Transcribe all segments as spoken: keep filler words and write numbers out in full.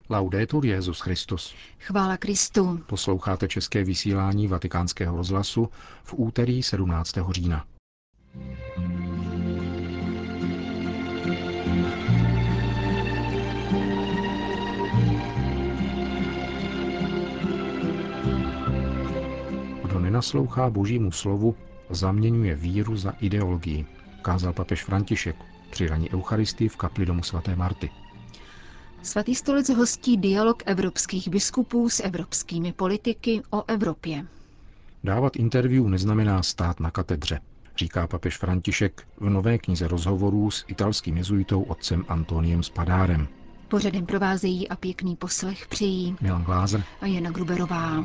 Laudetur Jesus Christus. Chvála Kristu. Posloucháte české vysílání Vatikánského rozhlasu v úterý sedmnáctého října. Kdo nenaslouchá Božímu slovu, zaměňuje víru za ideologii, kázal papež František při raní eucharistii v kapli domu svaté Marty. Svatý stolec hostí dialog evropských biskupů s evropskými politiky o Evropě. Dávat interview neznamená stát na katedře, říká papež František v nové knize rozhovorů s italským jezuitou otcem Antoniem Spadárem. Pořadem provázejí a pěkný poslech přejí Milan Glázer a Jana Gruberová.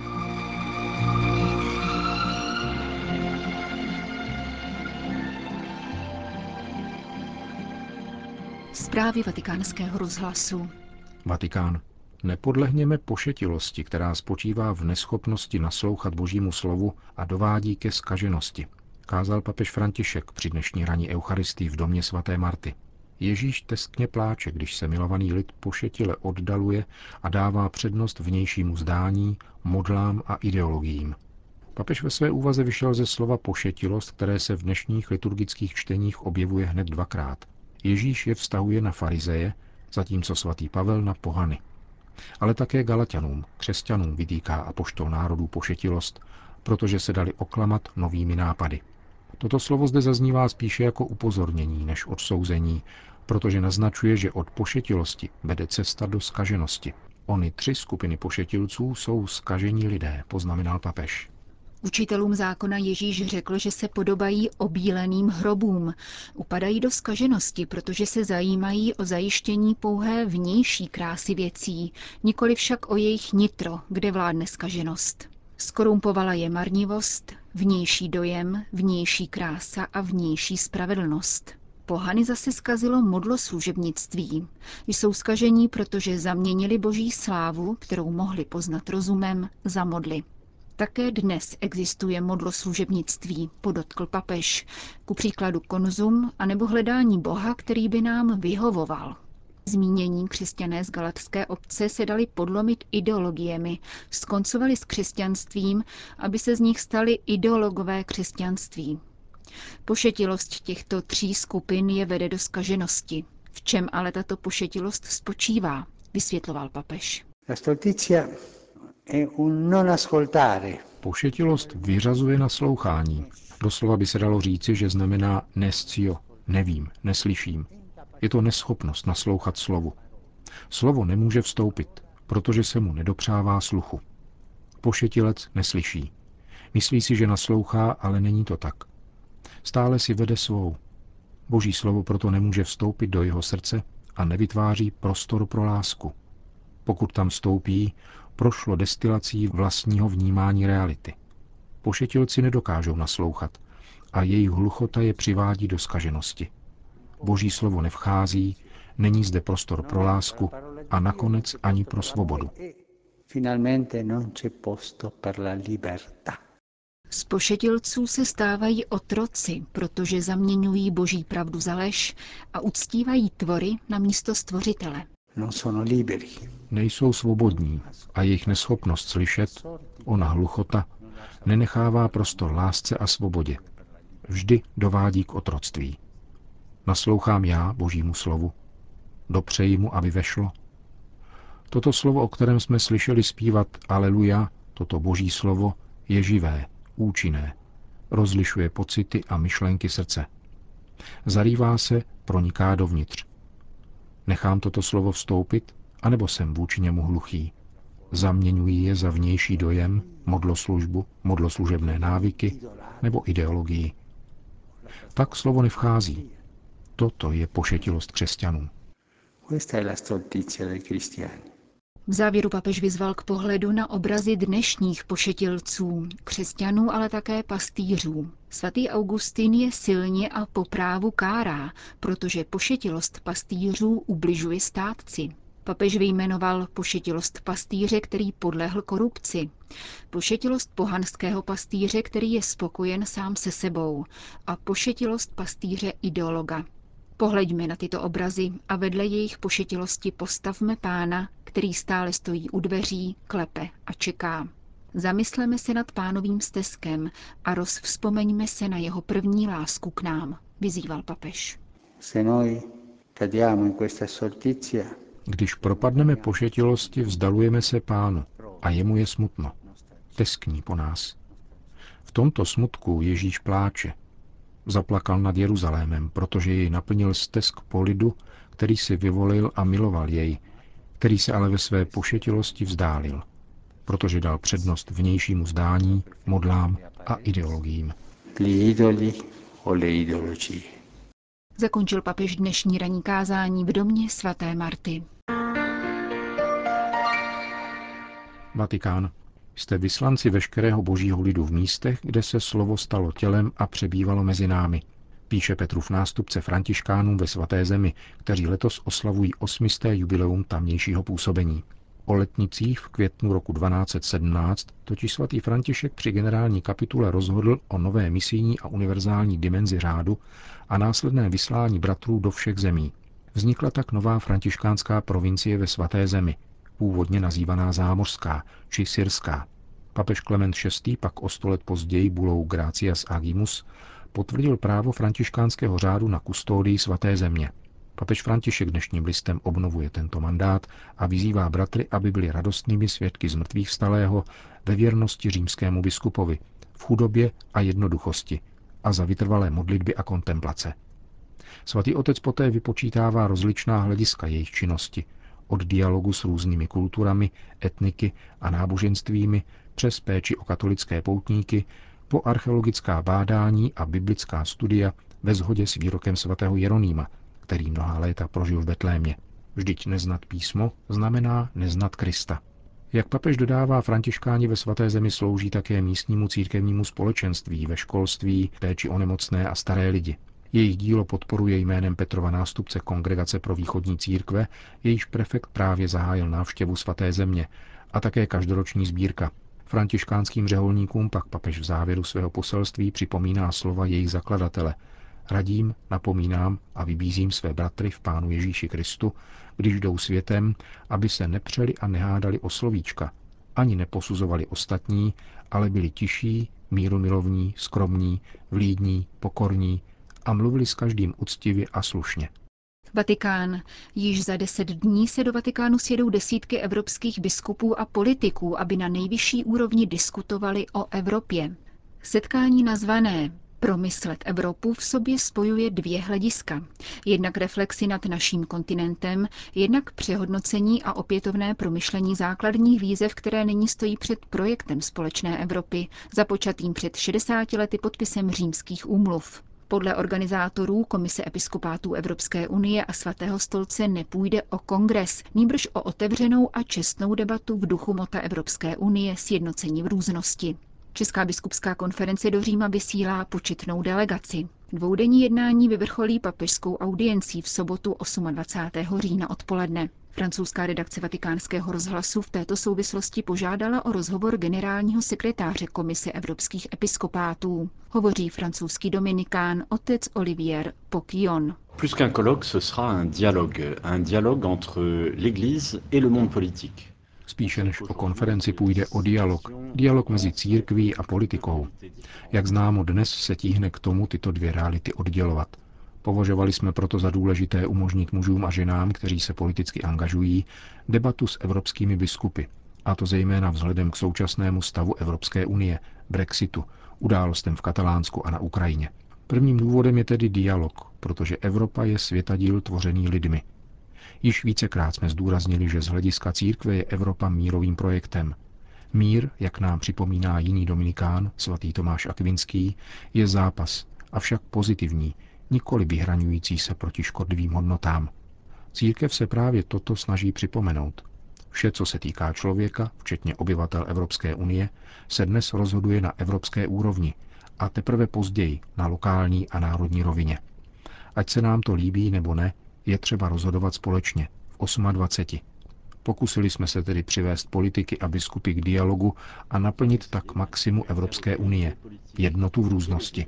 Zprávy Vatikánského rozhlasu. Vatikán. Nepodlehněme pošetilosti, která spočívá v neschopnosti naslouchat Božímu slovu a dovádí ke zkaženosti, kázal papež František při dnešní ranní eucharistii v domě svaté Marty. Ježíš teskně pláče, když se milovaný lid pošetile oddaluje a dává přednost vnějšímu zdání, modlám a ideologiím. Papež ve své úvaze vyšel ze slova pošetilost, které se v dnešních liturgických čteních objevuje hned dvakrát. Ježíš je vztahuje na farizeje, zatímco svatý Pavel na pohany. Ale také Galatianům, křesťanům vytýká apoštol národů pošetilost, protože se dali oklamat novými nápady. Toto slovo zde zaznívá spíše jako upozornění než odsouzení, protože naznačuje, že od pošetilosti vede cesta do zkaženosti. Ony tři skupiny pošetilců jsou zkažení lidé, poznamenal papež. Učitelům zákona Ježíš řekl, že se podobají obíleným hrobům. Upadají do zkaženosti, protože se zajímají o zajištění pouhé vnější krásy věcí, nikoli však o jejich nitro, kde vládne zkaženost. Skorumpovala je marnivost, vnější dojem, vnější krása a vnější spravedlnost. Pohany zase zkazilo modloslužebnictví. Jsou zkažení, protože zaměnili boží slávu, kterou mohli poznat rozumem, za modly. Také dnes existuje modloslužebnictví, podotkl papež, ku příkladu konzum anebo hledání Boha, který by nám vyhovoval. Zmínění křesťané z galatské obce se dali podlomit ideologiemi, skoncovali s křesťanstvím, aby se z nich stali ideologové křesťanství. Pošetilost těchto tří skupin je vede do zkaženosti. V čem ale tato pošetilost spočívá, vysvětloval papež. Pošetilost vyřazuje naslouchání. Doslova by se dalo říci, že znamená nescio, nevím, neslyším. Je to neschopnost naslouchat slovu. Slovo nemůže vstoupit, protože se mu nedopřává sluchu. Pošetilec neslyší. Myslí si, že naslouchá, ale není to tak. Stále si vede svou. Boží slovo proto nemůže vstoupit do jeho srdce a nevytváří prostor pro lásku. Pokud tam vstoupí, prošlo destilací vlastního vnímání reality. Pošetilci nedokážou naslouchat a jejich hluchota je přivádí do zkaženosti. Boží slovo nevchází, není zde prostor pro lásku a nakonec ani pro svobodu. Z pošetilců se stávají otroci, protože zaměňují boží pravdu za lež a uctívají tvory na místo stvořitele. Nejsou svobodní a jejich neschopnost slyšet, ona hluchota, nenechává prostor lásce a svobodě. Vždy dovádí k otroctví. Naslouchám já Božímu slovu. Dopřeji mu, aby vešlo. Toto slovo, o kterém jsme slyšeli zpívat Aleluja, toto Boží slovo, je živé, účinné. Rozlišuje pocity a myšlenky srdce. Zarývá se, proniká dovnitř. Nechám toto slovo vstoupit, anebo jsem vůči němu hluchý? Zaměňují je za vnější dojem, modloslužbu, modloslužebné návyky nebo ideologii. Tak slovo nevchází. Toto je pošetilost křesťanů. V závěru papež vyzval k pohledu na obrazy dnešních pošetilců, křesťanů, ale také pastýřů. Svatý Augustin je silně a po právu kárá, protože pošetilost pastýřů ubližuje státci. Papež vyjmenoval pošetilost pastýře, který podlehl korupci, pošetilost pohanského pastýře, který je spokojen sám se sebou, a pošetilost pastýře ideologa. Pohleďme na tyto obrazy a vedle jejich pošetilosti postavme Pána, který stále stojí u dveří, klepe a čeká. Zamysleme se nad Pánovým stezkem a rozvzpomeňme se na jeho první lásku k nám, vyzýval papež. Když propadneme pošetilosti, vzdalujeme se Pánu a jemu je smutno. Teskní po nás. V tomto smutku Ježíš pláče. Zaplakal nad Jeruzalémem, protože jej naplnil stesk po lidu, který si vyvolil a miloval jej, který se ale ve své pošetilosti vzdálil, protože dal přednost vnějšímu zdání, modlám a ideologiím. Zakončil papež dnešní ranní kázání v domě svaté Marty. Vatikán. Jste vyslanci veškerého božího lidu v místech, kde se slovo stalo tělem a přebývalo mezi námi, píše Petrův nástupce františkánům ve Svaté zemi, kteří letos oslavují osmisté jubileum tamnějšího působení. O letnicích v květnu roku dvanáct set sedmnáct totiž svatý František při generální kapitule rozhodl o nové misijní a univerzální dimenzi řádu a následné vyslání bratrů do všech zemí. Vznikla tak nová františkánská provincie ve Svaté zemi, původně nazývaná Zámořská či Syrská. Papež Klement šestý pak o sto let později bulou Gratias Agimus potvrdil právo františkánského řádu na kustódii Svaté země. Papež František dnešním listem obnovuje tento mandát a vyzývá bratry, aby byli radostnými svědky zmrtvýchvstalého ve věrnosti římskému biskupovi, v chudobě a jednoduchosti a za vytrvalé modlitby a kontemplace. Svatý otec poté vypočítává rozličná hlediska jejich činnosti, od dialogu s různými kulturami, etniky a náboženstvími přes péči o katolické poutníky po archeologická bádání a biblická studia ve shodě s výrokem svatého Jeronýma, který mnohá léta prožil v Betlémě. Vždyť neznat písmo znamená neznat Krista. Jak papež dodává, františkáni ve Svaté zemi slouží také místnímu církevnímu společenství, ve školství, péči o nemocné a staré lidi. Jejich dílo podporuje jménem Petrova nástupce Kongregace pro východní církve, jejíž prefekt právě zahájil návštěvu Svaté země, a také každoroční sbírka. Františkánským řeholníkům pak papež v závěru svého poselství připomíná slova jejich zakladatele. Radím, napomínám a vybízím své bratry v Pánu Ježíši Kristu, když jdou světem, aby se nepřeli a nehádali o slovíčka, ani neposuzovali ostatní, ale byli tiší, mírumilovní, skromní, vlídní, pokorní a mluvili s každým uctivě a slušně. Vatikán. Již za deset dní se do Vatikánu sjedou desítky evropských biskupů a politiků, aby na nejvyšší úrovni diskutovali o Evropě. Setkání nazvané Promyslet Evropu v sobě spojuje dvě hlediska. Jednak reflexi nad naším kontinentem, jednak přehodnocení a opětovné promyšlení základních výzev, které nyní stojí před projektem společné Evropy, započatým před šedesáti lety podpisem Římských úmluv. Podle organizátorů Komise episkopátů Evropské unie a Svatého stolce nepůjde o kongres, nýbrž o otevřenou a čestnou debatu v duchu mota Evropské unie sjednocení v různosti. Česká biskupská konference do Říma vysílá početnou delegaci. Dvoudenní jednání vyvrcholí papežskou audiencí v sobotu dvacátého osmého října odpoledne. Francouzská redakce Vatikánského rozhlasu v této souvislosti požádala o rozhovor generálního sekretáře Komise evropských episkopátů. Hovoří francouzský dominikán otec Olivier Poquillon. Plus qu'un colloque, ce sera un dialogue, un dialogue entre l'Église et le monde politique. Spíše než o konferenci půjde o dialog. Dialog mezi církví a politikou. Jak známo, dnes se tíhne k tomu tyto dvě reality oddělovat. Považovali jsme proto za důležité umožnit mužům a ženám, kteří se politicky angažují, debatu s evropskými biskupy, a to zejména vzhledem k současnému stavu Evropské unie, Brexitu, událostem v Katalánsku a na Ukrajině. Prvním důvodem je tedy dialog, protože Evropa je světadíl tvořený lidmi. Již vícekrát jsme zdůraznili, že z hlediska církve je Evropa mírovým projektem. Mír, jak nám připomíná jiný dominikán, svatý Tomáš Akvinský, je zápas, avšak pozitivní, nikoli vyhraňující se proti škodlivým hodnotám. Církev se právě toto snaží připomenout. Vše, co se týká člověka, včetně obyvatel Evropské unie, se dnes rozhoduje na evropské úrovni a teprve později na lokální a národní rovině. Ať se nám to líbí nebo ne, je třeba rozhodovat společně, v dvaceti osmi. Pokusili jsme se tedy přivést politiky a biskupy k dialogu a naplnit tak maximu Evropské unie, jednotu v různosti.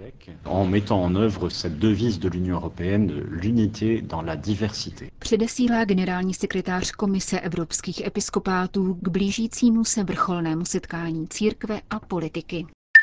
Předesílá generální sekretář Komise evropských episkopátů k blížícímu se vrcholnému setkání církve a politiky.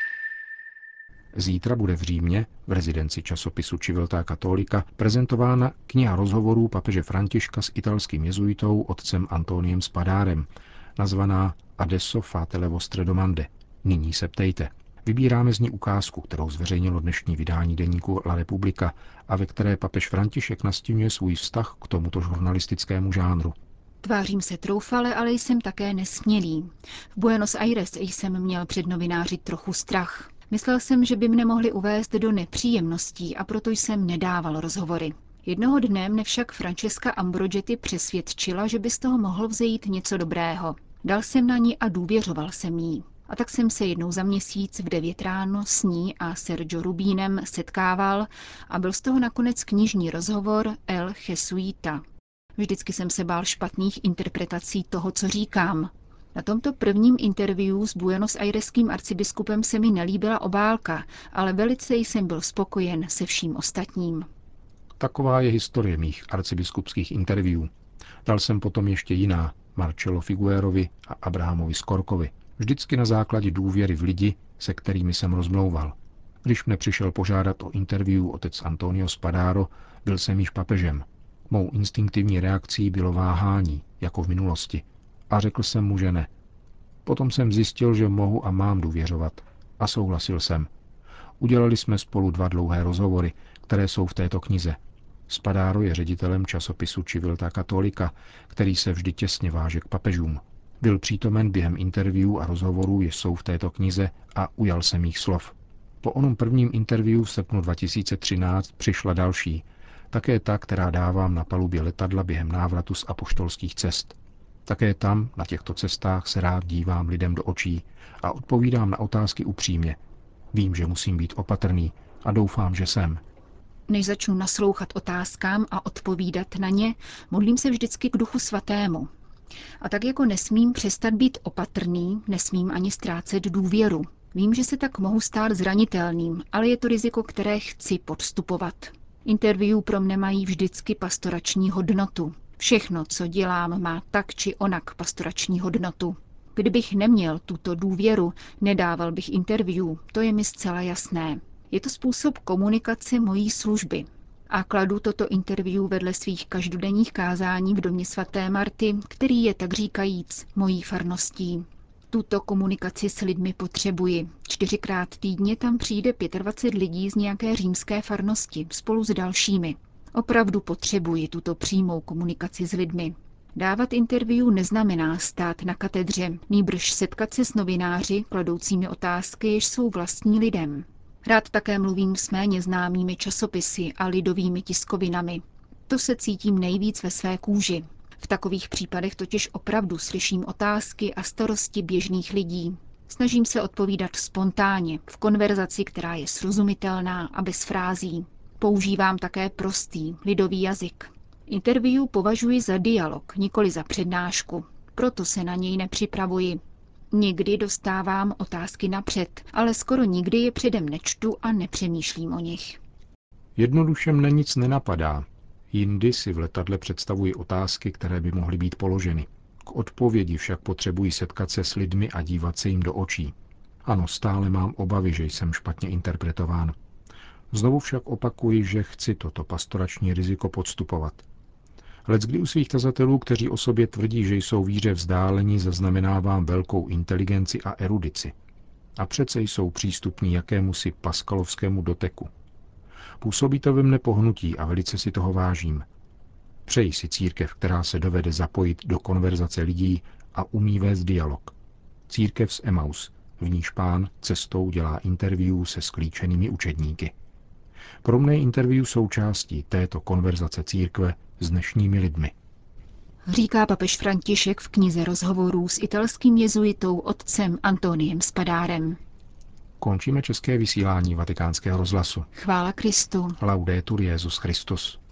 Zítra bude v Římě, v rezidenci časopisu Civiltà Cattolica, prezentována kniha rozhovorů papeže Františka s italským jezuitou otcem Antoniem Spadárem, nazvaná Adesso fate le vostre domande. Nyní se ptejte. Vybíráme z ní ukázku, kterou zveřejnilo dnešní vydání deníku La Repubblica a ve které papež František nastínuje svůj vztah k tomuto žurnalistickému žánru. Tvářím se troufale, ale jsem také nesmělý. V Buenos Aires jsem měl před novináři trochu strach. Myslel jsem, že by mne mohli uvést do nepříjemností a proto jsem nedával rozhovory. Jednoho dne mne však Francesca Ambrogetti přesvědčila, že by z toho mohlo vzejít něco dobrého. Dal jsem na ní a důvěřoval jsem jí. A tak jsem se jednou za měsíc v devět ráno s ní a Sergio Rubínem setkával a byl z toho nakonec knižní rozhovor El Jesuita. Vždycky jsem se bál špatných interpretací toho, co říkám. Na tomto prvním interview s Buenos Aireským arcibiskupem se mi nelíbila obálka, ale velice jsem byl spokojen se vším ostatním. Taková je historie mých arcibiskupských interview. Dal jsem potom ještě jiná, Marcello Figuerovi a Abrahamovi Skorkovi. Vždycky na základě důvěry v lidi, se kterými jsem rozmlouval. Když mne přišel požádat o interview otec Antonio Spadaro, byl jsem již papežem. Mou instinktivní reakcí bylo váhání, jako v minulosti. A řekl jsem mu, že ne. Potom jsem zjistil, že mohu a mám důvěřovat. A souhlasil jsem. Udělali jsme spolu dva dlouhé rozhovory, které jsou v této knize. Spadaro je ředitelem časopisu Civiltà Cattolica, který se vždy těsně váže k papežům. Byl přítomen během interview a rozhovorů, jež jsou v této knize, a ujal se mých slov. Po onom prvním interview v srpnu dva tisíce třináct přišla další, také ta, která dávám na palubě letadla během návratu z apoštolských cest. Také tam, na těchto cestách, se rád dívám lidem do očí a odpovídám na otázky upřímně. Vím, že musím být opatrný a doufám, že jsem. Než začnu naslouchat otázkám a odpovídat na ně, modlím se vždycky k Duchu Svatému. A tak jako nesmím přestat být opatrný, nesmím ani ztrácet důvěru. Vím, že se tak mohu stát zranitelným, ale je to riziko, které chci podstupovat. Interview pro mne mají vždycky pastorační hodnotu. Všechno, co dělám, má tak či onak pastorační hodnotu. Kdybych neměl tuto důvěru, nedával bych interview, to je mi zcela jasné. Je to způsob komunikace mojí služby. A kladu toto interview vedle svých každodenních kázání v domě svaté Marty, který je tak říkajíc mojí farností. Tuto komunikaci s lidmi potřebuji. Čtyřikrát týdně tam přijde dvacet pět lidí z nějaké římské farnosti spolu s dalšími. Opravdu potřebuji tuto přímou komunikaci s lidmi. Dávat interview neznamená stát na katedře, nýbrž setkat se s novináři, kladoucími otázky, jež jsou vlastní lidem. Rád také mluvím s méně známými časopisy a lidovými tiskovinami. To se cítím nejvíc ve své kůži. V takových případech totiž opravdu slyším otázky a starosti běžných lidí. Snažím se odpovídat spontánně, v konverzaci, která je srozumitelná a bez frází. Používám také prostý, lidový jazyk. Interview považuji za dialog, nikoli za přednášku. Proto se na něj nepřipravuji. Někdy dostávám otázky napřed, ale skoro nikdy je předem nečtu a nepřemýšlím o nich. Jednoduše mne nic nenapadá. Jindy si v letadle představuji otázky, které by mohly být položeny. K odpovědi však potřebuji setkat se s lidmi a dívat se jim do očí. Ano, stále mám obavy, že jsem špatně interpretován. Znovu však opakuji, že chci toto pastorační riziko podstupovat. Leckdy u svých tazatelů, kteří o sobě tvrdí, že jsou víře vzdáleni, zaznamenávám velkou inteligenci a erudici. A přece jsou přístupní jakémusi paskalovskému doteku. Působí to ve mne pohnutí a velice si toho vážím. Přeji si církev, která se dovede zapojit do konverzace lidí a umí vést dialog. Církev z Emaus, v níž Pán cestou dělá interview se sklíčenými učedníky. Pro mne je interview součástí této konverzace církve s dnešními lidmi. Říká papež František v knize rozhovorů s italským jezuitou otcem Antoniem Spadárem. Končíme české vysílání Vatikánského rozhlasu. Chvála Kristu. Laudetur Jesus Christus.